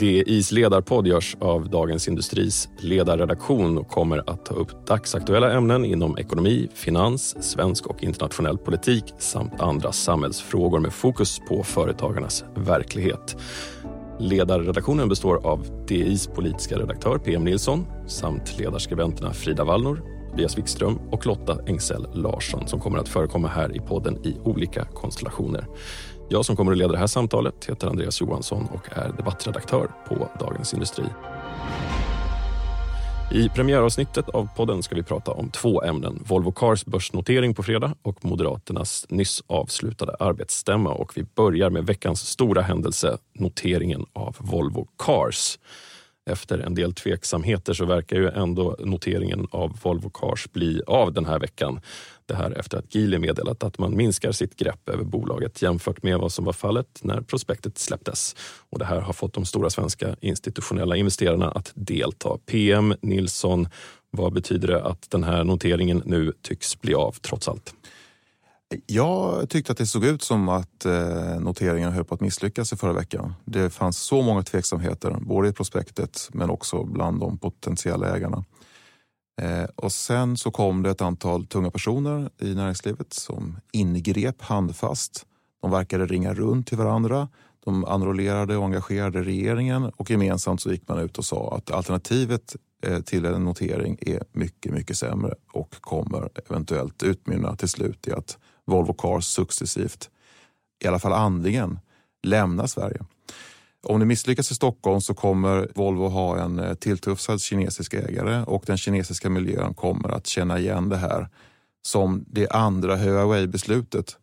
DIs ledarpodd görs av Dagens Industris ledarredaktion och kommer att ta upp dagsaktuella ämnen inom ekonomi, finans, svensk och internationell politik samt andra samhällsfrågor med fokus på företagarnas verklighet. Ledarredaktionen består av DIs politiska redaktör PM Nilsson samt ledarskribenterna Frida Wallnor, Tobias Wikström och Lotta Engsell Larsson som kommer att förekomma här i podden i olika konstellationer. Jag som kommer att leda det här samtalet heter Andreas Johansson och är debattredaktör på Dagens Industri. I premiäravsnittet av podden ska vi prata om två ämnen. Volvo Cars börsnotering på fredag och Moderaternas nyss avslutade arbetsstämma. Och vi börjar med veckans stora händelse, noteringen av Volvo Cars. Efter en del tveksamheter så verkar ju ändå noteringen av Volvo Cars bli av den här veckan. Det här efter att Geely meddelat att man minskar sitt grepp över bolaget jämfört med vad som var fallet när prospektet släpptes. Och det här har fått de stora svenska institutionella investerarna att delta. PM Nilsson, vad betyder det att den här noteringen nu tycks bli av trots allt? Jag tyckte att det såg ut som att noteringen höll på att misslyckas i förra veckan. Det fanns så många tveksamheter, både i prospektet men också bland de potentiella ägarna. Och sen så kom det ett antal tunga personer i näringslivet som ingrep handfast. De verkade ringa runt till varandra. De enrollerade och engagerade regeringen och gemensamt så gick man ut och sa att alternativet till en notering är mycket, mycket sämre och kommer eventuellt utmynna till slut i att Volvo Cars successivt, i alla fall andligen, lämnar Sverige. Om det misslyckas i Stockholm så kommer Volvo ha en tilltufsad kinesisk ägare och den kinesiska miljön kommer att känna igen det här som det andra Huawei-beslutet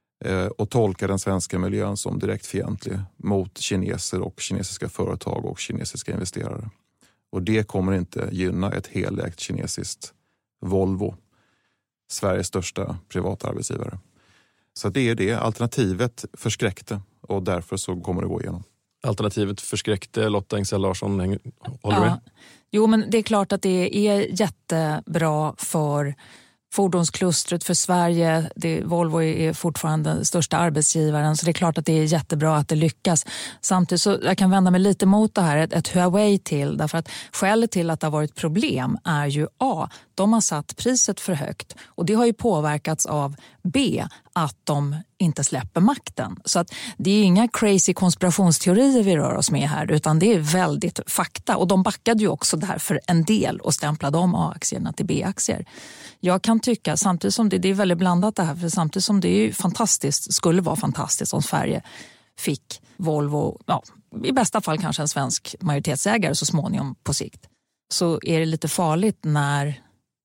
och tolka den svenska miljön som direkt fientlig mot kineser och kinesiska företag och kinesiska investerare. Och det kommer inte gynna ett helägt kinesiskt Volvo, Sveriges största privata arbetsgivare. Så det är det. Alternativet förskräckte och därför så kommer det gå igenom. Alternativet förskräckte, Lotta Engsell Larsson, håller du med? Jo, men det är klart att det är jättebra för fordonsklustret, för Sverige. Volvo är fortfarande den största arbetsgivaren, så det är klart att det är jättebra att det lyckas. Samtidigt så jag kan vända mig lite mot det här, ett Huawei till, därför att skälet till att det har varit problem är ju A, de har satt priset för högt och det har ju påverkats av B, att de inte släpper makten. Så att det är inga crazy konspirationsteorier vi rör oss med här, utan det är väldigt fakta. Och de backade ju också där för en del och stämplade om A-aktierna till B-aktier. Jag kan tycka, samtidigt som det är väldigt blandat det här, för samtidigt som det är fantastiskt, skulle vara fantastiskt om Sverige fick Volvo, i bästa fall kanske en svensk majoritetsägare så småningom på sikt, så är det lite farligt när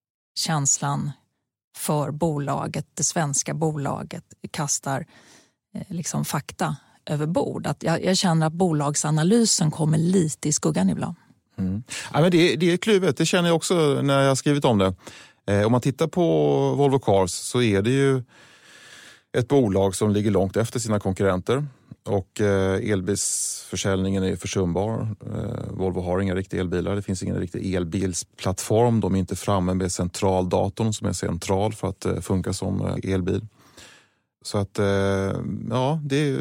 känslan för bolaget, det svenska bolaget, kastar liksom fakta över bord. Att jag känner att bolagsanalysen kommer lite i skuggan ibland. Mm. Ja, men det är kluvet, det känner jag också när jag har skrivit om det. Om man tittar på Volvo Cars så är det ju ett bolag som ligger långt efter sina konkurrenter och elbilsförsäljningen är försumbar. Volvo har inga riktiga elbilar, det finns ingen riktig elbilsplattform. De är inte framme med centraldatorn som är central för att funka som elbil. Så att ja,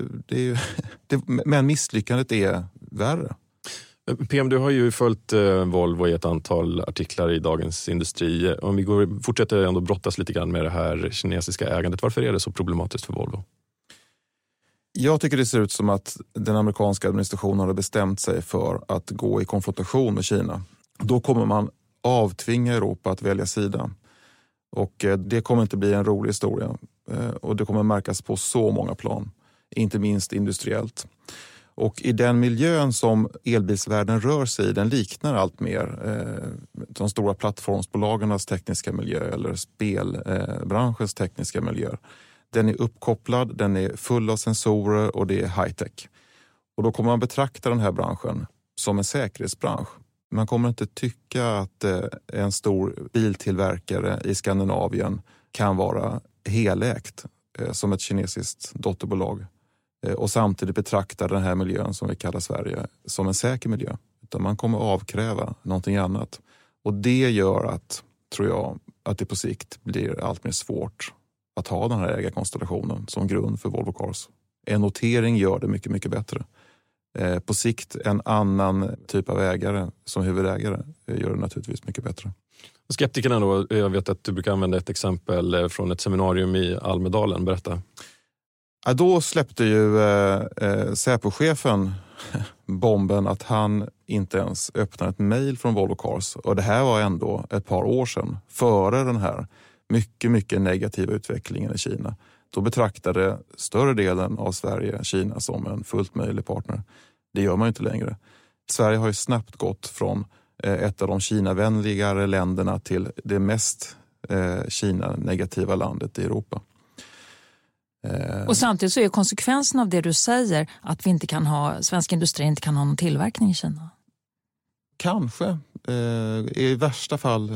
men misslyckandet är värre. PM, du har ju följt Volvo i ett antal artiklar i Dagens Industri. Om vi fortsätter ändå brottas lite grann med det här kinesiska ägandet, varför är det så problematiskt för Volvo? Jag tycker det ser ut som att den amerikanska administrationen har bestämt sig för att gå i konfrontation med Kina. Då kommer man avtvinga Europa att välja sida. Och det kommer inte bli en rolig historia. Och det kommer märkas på så många plan, inte minst industriellt. Och i den miljön som elbilsvärlden rör sig i, den liknar allt mer de stora plattformsbolagens tekniska miljö eller spelbranschens tekniska miljö. Den är uppkopplad, den är full av sensorer och det är high-tech. Och då kommer man betrakta den här branschen som en säkerhetsbransch. Man kommer inte tycka att en stor biltillverkare i Skandinavien kan vara helägt som ett kinesiskt dotterbolag. Och samtidigt betrakta den här miljön som vi kallar Sverige som en säker miljö. Utan man kommer avkräva någonting annat. Och det gör att, tror jag, att det på sikt blir allt mer svårt att ha den här ägarkonstellationen som grund för Volvo Cars. En notering gör det mycket, mycket bättre. På sikt en annan typ av ägare som huvudägare gör det naturligtvis mycket bättre. Skeptikerna då, jag vet att du brukar använda ett exempel från ett seminarium i Almedalen, berätta. Ja, då släppte ju Säpo-chefen bomben att han inte ens öppnade ett mejl från Volvo Cars. Och det här var ändå ett par år sedan, före den här mycket, mycket negativa utvecklingen i Kina. Då betraktade större delen av Sverige Kina som en fullt möjlig partner. Det gör man ju inte längre. Sverige har ju snabbt gått från ett av de Kina-vänligare länderna till det mest Kina-negativa landet i Europa. Och samtidigt så är konsekvensen av det du säger att vi inte kan ha, svensk industri inte kan ha någon tillverkning i Kina. Kanske. I värsta fall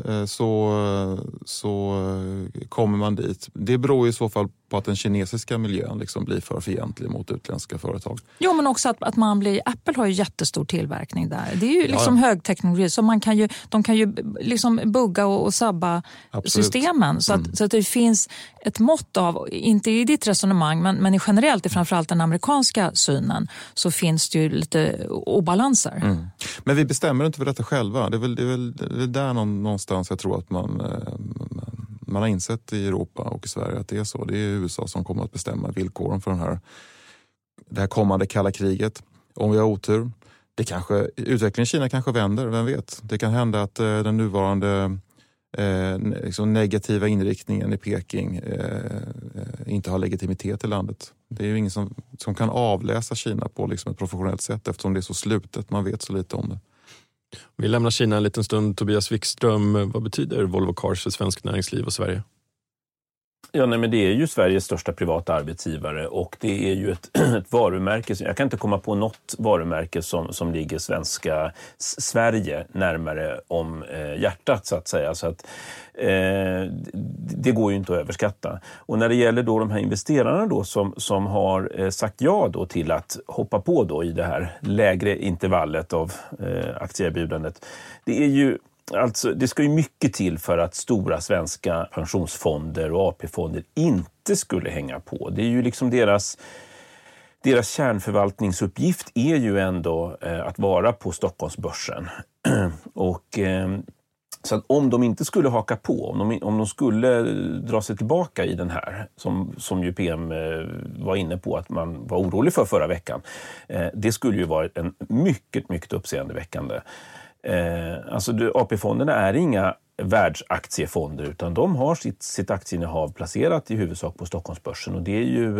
så kommer man dit. Det beror i så fall på att den kinesiska miljön liksom blir för fientlig mot utländska företag. Jo, men också att man blir... Apple har ju jättestor tillverkning där. Det är ju liksom högteknologi, så de kan ju liksom bugga och sabba systemen. Så att det finns ett mått av, inte i ditt resonemang, men i generellt, i framförallt den amerikanska synen, så finns det ju lite obalanser. Mm. Men vi bestämmer inte för detta själva. Det är väl där någonstans jag tror att man har insett i Europa och i Sverige att det är så. Det är USA som kommer att bestämma villkoren för det här kommande kalla kriget. Om vi har otur. Utvecklingen i Kina kanske vänder, vem vet. Det kan hända att den nuvarande liksom negativa inriktningen i Peking inte har legitimitet i landet. Det är ju ingen som kan avläsa Kina på liksom ett professionellt sätt eftersom det är så slutet, man vet så lite om det. Vi lämnar Kina en liten stund. Tobias Wikström, vad betyder Volvo Cars för svensk näringsliv och Sverige? Ja, men det är ju Sveriges största privata arbetsgivare och det är ju ett varumärke. Jag kan inte komma på något varumärke som ligger Sverige närmare om hjärtat så att säga. Så att det går ju inte att överskatta. Och när det gäller då de här investerarna då som har sagt ja då till att hoppa på då i det här lägre intervallet av aktieerbjudandet. Det är ju alltså, det ska ju mycket till för att stora svenska pensionsfonder och AP-fonder inte skulle hänga på. Det är ju liksom deras kärnförvaltningsuppgift är ju ändå att vara på Stockholmsbörsen. Och så att om de inte skulle haka på, om de skulle dra sig tillbaka i den här, som ju PM var inne på att man var orolig för förra veckan, det skulle ju vara en mycket, mycket uppseendeväckande. Alltså AP-fonderna är inga världsaktiefonder utan de har sitt aktieinnehav placerat i huvudsak på Stockholmsbörsen och det är ju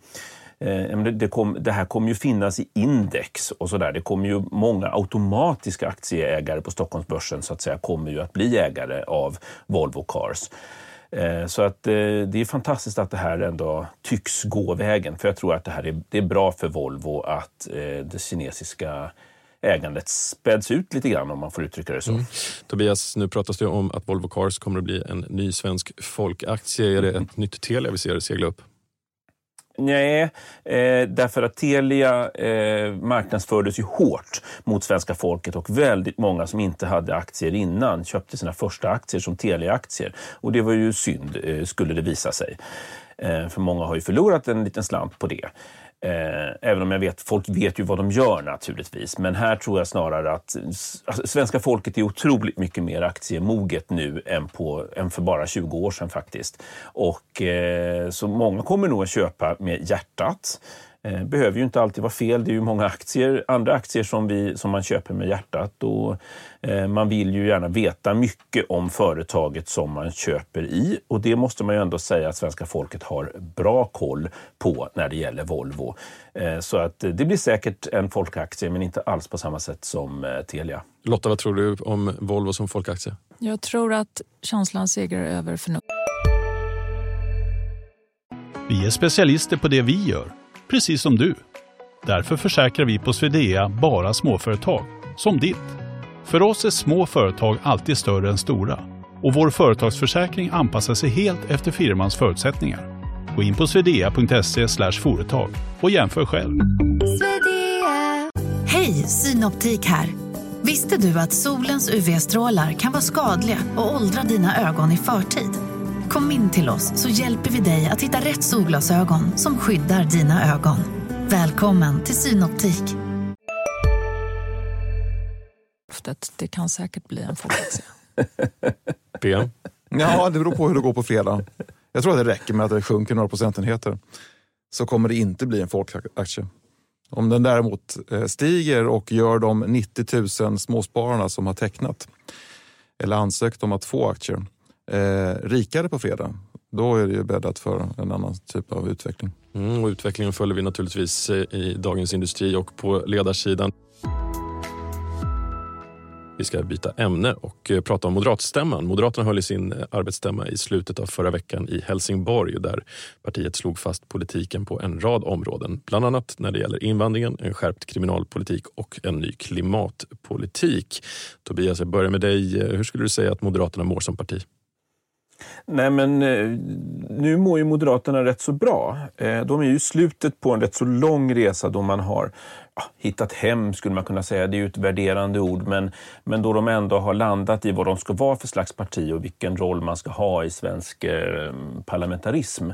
det här kommer ju finnas i index och sådär. Det kommer ju många automatiska aktieägare på Stockholmsbörsen så att säga kommer ju att bli ägare av Volvo Cars. Så att det är fantastiskt att det här ändå tycks gå vägen för jag tror att det är bra för Volvo att det kinesiska ägandet späds ut lite grann om man får uttrycka det så. Mm. Tobias, nu pratas det om att Volvo Cars kommer att bli en ny svensk folkaktie. Är det ett nytt Telia vi ser segla upp? Nej, därför att Telia marknadsfördes ju hårt mot svenska folket och väldigt många som inte hade aktier innan köpte sina första aktier som Telia-aktier. Och det var ju synd, skulle det visa sig. För många har ju förlorat en liten slant på det. Även om folk vet ju vad de gör naturligtvis. Men här tror jag snarare att svenska folket är otroligt mycket mer aktiemoget nu än för bara 20 år sedan faktiskt. Och så många kommer nog att köpa med hjärtat. Behöver ju inte alltid vara fel. Det är ju många andra aktier som man köper med hjärtat och man vill ju gärna veta mycket om företaget som man köper i och det måste man ju ändå säga att svenska folket har bra koll på när det gäller Volvo. Så att det blir säkert en folkaktie men inte alls på samma sätt som Telia. Lotta, vad tror du om Volvo som folkaktie? Jag tror att känslan segrar över förnuft. Vi är specialister på det vi gör. Precis som du. Därför försäkrar vi på Svedea bara småföretag, som ditt. För oss är små företag alltid större än stora. Och vår företagsförsäkring anpassar sig helt efter firmans förutsättningar. Gå in på svedea.se/företag och jämför själv. Hej, Synoptik här. Visste du att solens UV-strålar kan vara skadliga och åldra dina ögon i förtid? Kom in till oss så hjälper vi dig att hitta rätt solglasögon som skyddar dina ögon. Välkommen till Synoptik. beslutet. Det kan säkert bli en folkaktie. PM? Ja, det beror på hur det går på fredag. Jag tror att det räcker med att det sjunker några procentenheter. Så kommer det inte bli en folkaktie. Om den däremot stiger och gör de 90 000 småspararna som har tecknat eller ansökt om att få aktier rikare på fredag, då är det ju bäddat för en annan typ av utveckling. Och utvecklingen följer vi naturligtvis i Dagens Industri och på ledarsidan. Vi ska byta ämne och prata om moderatstämman. Moderaterna höll i sin arbetsstämma i slutet av förra veckan i Helsingborg där partiet slog fast politiken på en rad områden. Bland annat när det gäller invandringen, en skärpt kriminalpolitik och en ny klimatpolitik. Tobias, jag börjar med dig. Hur skulle du säga att Moderaterna mår som parti? Nej, men nu mår ju Moderaterna rätt så bra. De är ju slutet på en rätt så lång resa då man har hittat hem, skulle man kunna säga. Det är ju ett värderande ord, men då de ändå har landat i vad de ska vara för slags parti och vilken roll man ska ha i svensk parlamentarism.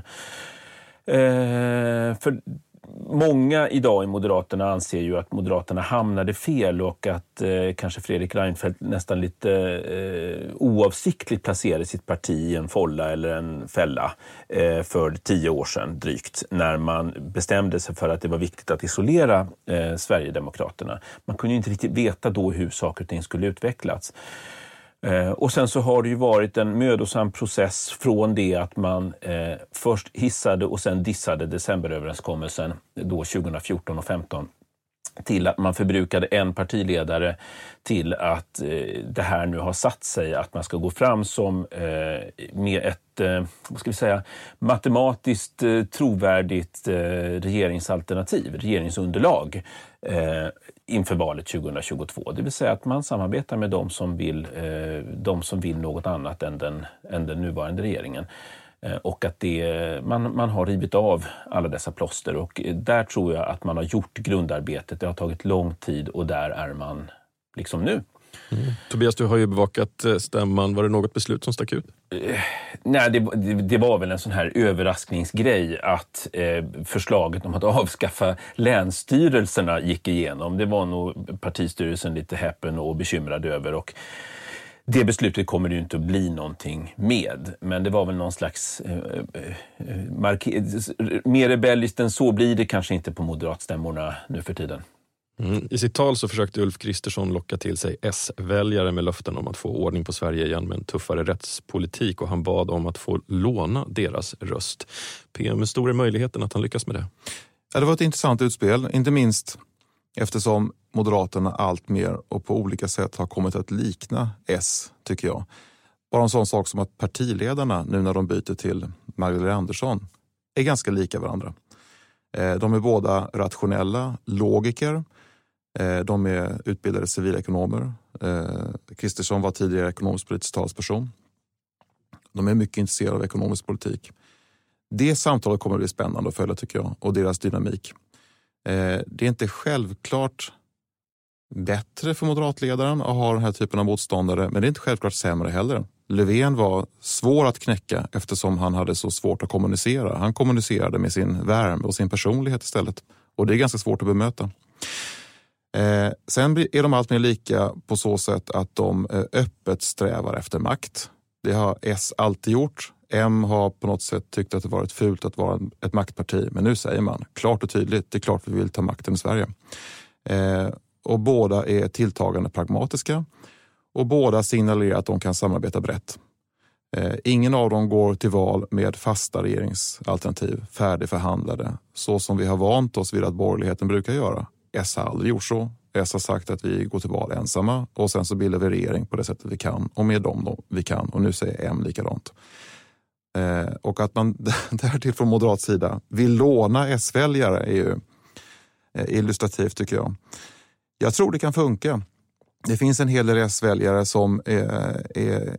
För många idag i Moderaterna anser ju att Moderaterna hamnade fel och att kanske Fredrik Reinfeldt nästan lite oavsiktligt placerade sitt parti i en folla eller en fälla för 10 år sedan drygt, när man bestämde sig för att det var viktigt att isolera Sverigedemokraterna. Man kunde ju inte riktigt veta då hur saker och ting skulle utvecklas. Och sen så har det ju varit en mödosam process från det att man först hissade och sen dissade decemberöverenskommelsen då 2014 och 2015 till att man förbrukade en partiledare, till att det här nu har satt sig att man ska gå fram som med ett matematiskt trovärdigt regeringsunderlag inför valet 2022. Det vill säga att man samarbetar med de som vill något annat än den nuvarande regeringen. Och att man har rivit av alla dessa plåster, och där tror jag att man har gjort grundarbetet. Det har tagit lång tid och där är man liksom nu. Tobias, du har ju bevakat stämman. Var det något beslut som stack ut? Nej, det var väl en sån här överraskningsgrej att förslaget om att avskaffa länsstyrelserna gick igenom. Det var nog partistyrelsen lite häpen och bekymrad över, och det beslutet kommer det ju inte att bli någonting med. Men det var väl någon slags mer rebelliskt än så blir det kanske inte på moderatstämmorna nu för tiden. I sitt tal så försökte Ulf Kristersson locka till sig S-väljare med löften om att få ordning på Sverige igen med en tuffare rättspolitik, och han bad om att få låna deras röst. PM, hur stor är möjligheten att han lyckas med det? Ja, det var ett intressant utspel, inte minst eftersom Moderaterna allt mer och på olika sätt har kommit att likna S, tycker jag. Bara en sån sak som att partiledarna, nu när de byter till Magdalena Andersson, är ganska lika varandra. De är båda rationella logiker. De är utbildade civilekonomer. Kristersson var tidigare ekonomisk-politisk talsperson. De är mycket intresserade av ekonomisk politik. Det samtalet kommer att bli spännande att följa, tycker jag, och deras dynamik. Det är inte självklart bättre för moderatledaren att ha den här typen av motståndare, men det är inte självklart sämre heller. Löfven var svår att knäcka eftersom han hade så svårt att kommunicera. Han kommunicerade med sin värme och sin personlighet istället, och det är ganska svårt att bemöta. Sen är de allt mer lika på så sätt att de öppet strävar efter makt. Det har S alltid gjort. M har på något sätt tyckt att det varit fult att vara ett maktparti, men nu säger man klart och tydligt, det är klart vi vill ta makten i Sverige. Och båda är tilltagande pragmatiska, och båda signalerar att de kan samarbeta brett. Ingen av dem går till val med fasta regeringsalternativ, färdigförhandlade, så som vi har vant oss vid att borgerligheten brukar göra. S har aldrig gjort så. S har sagt att vi går till val ensamma, och sen så bildar vi regering på det sättet vi kan, och med dem då vi kan, och nu säger M likadant. Och att man därtill från moderat sida vill låna S-väljare är ju illustrativt, tycker jag. Jag tror det kan funka. Det finns en hel del S-väljare som är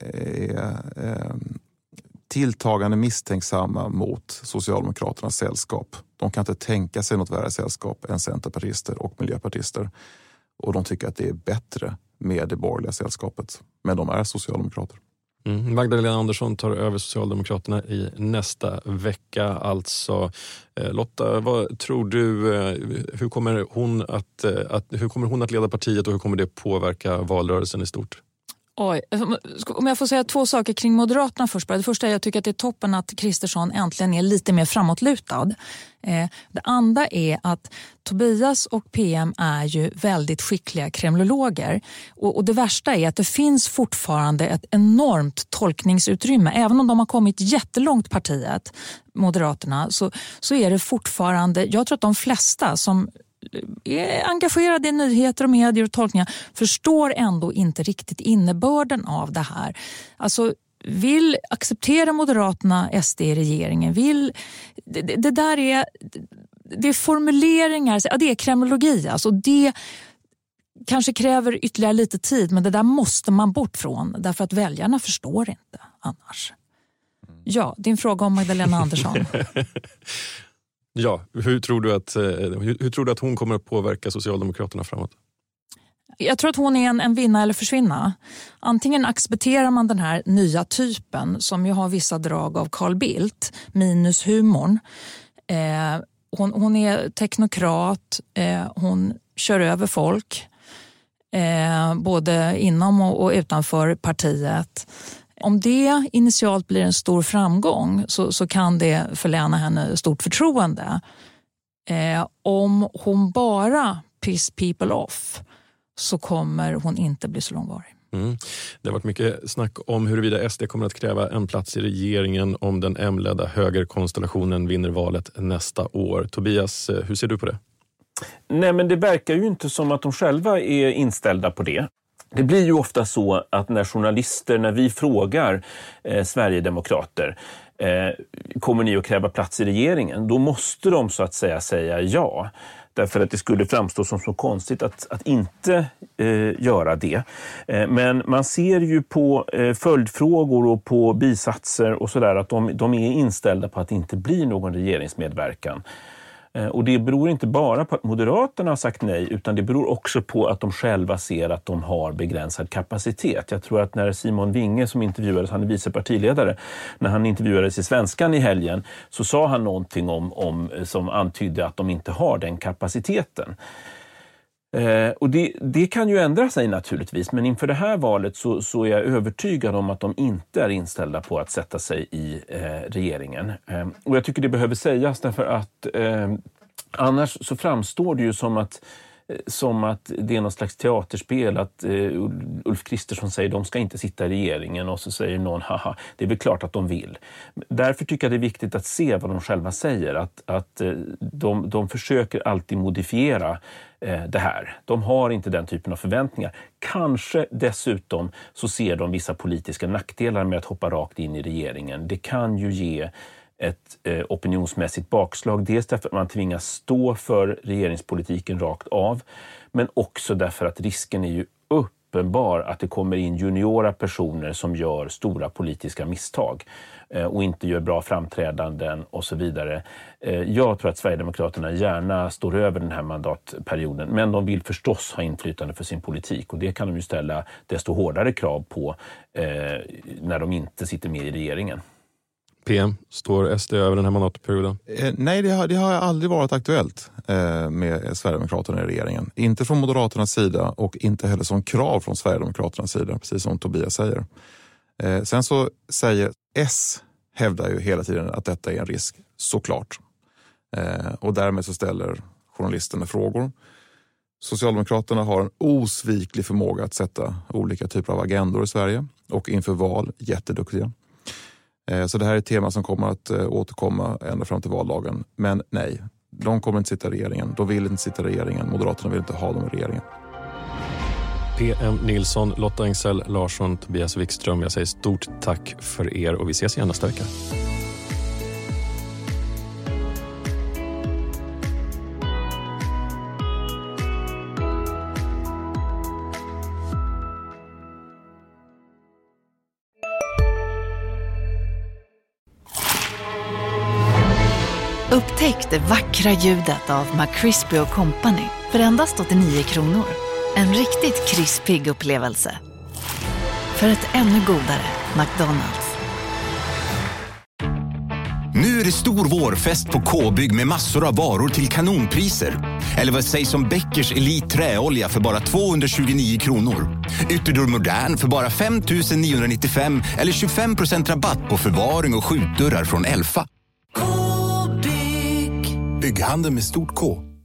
tilltagande misstänksamma mot Socialdemokraternas sällskap. De kan inte tänka sig något värre sällskap än centerpartister och miljöpartister. Och de tycker att det är bättre med det borgerliga sällskapet. Men de är socialdemokrater. Magdalena Andersson tar över Socialdemokraterna i nästa vecka. Alltså, Lotta, vad tror du, hur kommer hon att leda partiet och hur kommer det påverka valrörelsen i stort? Oj, om jag får säga 2 saker kring Moderaterna först. Det första är att jag tycker att det är toppen att Kristersson äntligen är lite mer framåtlutad. Det andra är att Tobias och PM är ju väldigt skickliga kremlologer. Och det värsta är att det finns fortfarande ett enormt tolkningsutrymme. Även om de har kommit jättelångt partiet, Moderaterna, så är det fortfarande, jag tror att de flesta som är engagerade i nyheter och medier och tolkningar förstår ändå inte riktigt innebörden av det här. Alltså, vill acceptera Moderaterna SD i regeringen, det där är, det är formuleringar, det är kremlologi, alltså det kanske kräver ytterligare lite tid, men det där måste man bort från, därför att väljarna förstår inte annars. Ja, din fråga om Magdalena Andersson. Ja, hur tror du att hon kommer att påverka Socialdemokraterna framåt? Jag tror att hon är en vinna eller försvinna. Antingen accepterar man den här nya typen som ju har vissa drag av Carl Bildt, minus humorn. Hon är teknokrat, hon kör över folk, både inom och utanför partiet. Om det initialt blir en stor framgång så kan det förläna henne stort förtroende. Om hon bara piss people off så kommer hon inte bli så långvarig. Det har varit mycket snack om huruvida SD kommer att kräva en plats i regeringen om den M-ledda högerkonstellationen vinner valet nästa år. Tobias, hur ser du på det? Nej, men det verkar ju inte som att de själva är inställda på det. Det blir ju ofta så att när vi frågar Sverigedemokrater, kommer ni att kräva plats i regeringen? Då måste de så att säga ja. Därför att det skulle framstå som så konstigt att inte göra det. Men man ser ju på följdfrågor och på bisatser och sådär att de är inställda på att det inte blir någon regeringsmedverkan. Och det beror inte bara på att Moderaterna har sagt nej, utan det beror också på att de själva ser att de har begränsad kapacitet. Jag tror att när Simon Winge som intervjuades, han är vice partiledare, när han intervjuades i Svenskan i helgen så sa han någonting om som antydde att de inte har den kapaciteten. Och det kan ju ändra sig naturligtvis, men inför det här valet så är jag övertygad om att de inte är inställda på att sätta sig i regeringen. Och jag tycker det behöver sägas därför att annars så framstår det ju som att det är någon slags teaterspel, att Ulf Kristersson säger de ska inte sitta i regeringen och så säger någon haha, det är väl klart att de vill. Därför tycker jag det är viktigt att se vad de själva säger, att de försöker alltid modifiera det här. De har inte den typen av förväntningar. Kanske dessutom så ser de vissa politiska nackdelar med att hoppa rakt in i regeringen. Det kan ju ge ett opinionsmässigt bakslag. Dels därför att man tvingas stå för regeringspolitiken rakt av, men också därför att risken är ju uppenbar att det kommer in juniora personer som gör stora politiska misstag och inte gör bra framträdanden och så vidare. Jag tror att Sverigedemokraterna gärna står över den här mandatperioden, men de vill förstås ha inflytande för sin politik och det kan de ju ställa desto hårdare krav på när de inte sitter med i regeringen. PM, står SD över den här mandatperioden? Nej, det har aldrig varit aktuellt med Sverigedemokraterna i regeringen. Inte från Moderaternas sida och inte heller som krav från Sverigedemokraternas sida, precis som Tobias säger. Sen så säger hävdar ju hela tiden att detta är en risk, såklart. Och därmed så ställer journalisterna frågor. Socialdemokraterna har en osviklig förmåga att sätta olika typer av agendor i Sverige och inför val jätteduktiga. Så det här är ett tema som kommer att återkomma ända fram till valdagen. Men nej, de kommer inte sitta i regeringen. De vill inte sitta i regeringen. Moderaterna vill inte ha dem i regeringen. PM Nilsson, Lotta Engsell Larsson, Tobias Wikström. Jag säger stort tack för er och vi ses igen nästa vecka. Upptäck det vackra ljudet av McCrispy & Company för endast 89 kronor. En riktigt krispig upplevelse. För ett ännu godare McDonald's. Nu är det stor vårfest på K-bygg med massor av varor till kanonpriser. Eller vad sägs om Bäckers Elite träolja för bara 229 kronor. Ytterdörr Modern för bara 5 995 eller 25% rabatt på förvaring och skjutdörrar från Elfa. K-bygg. Bygghandel med stort K.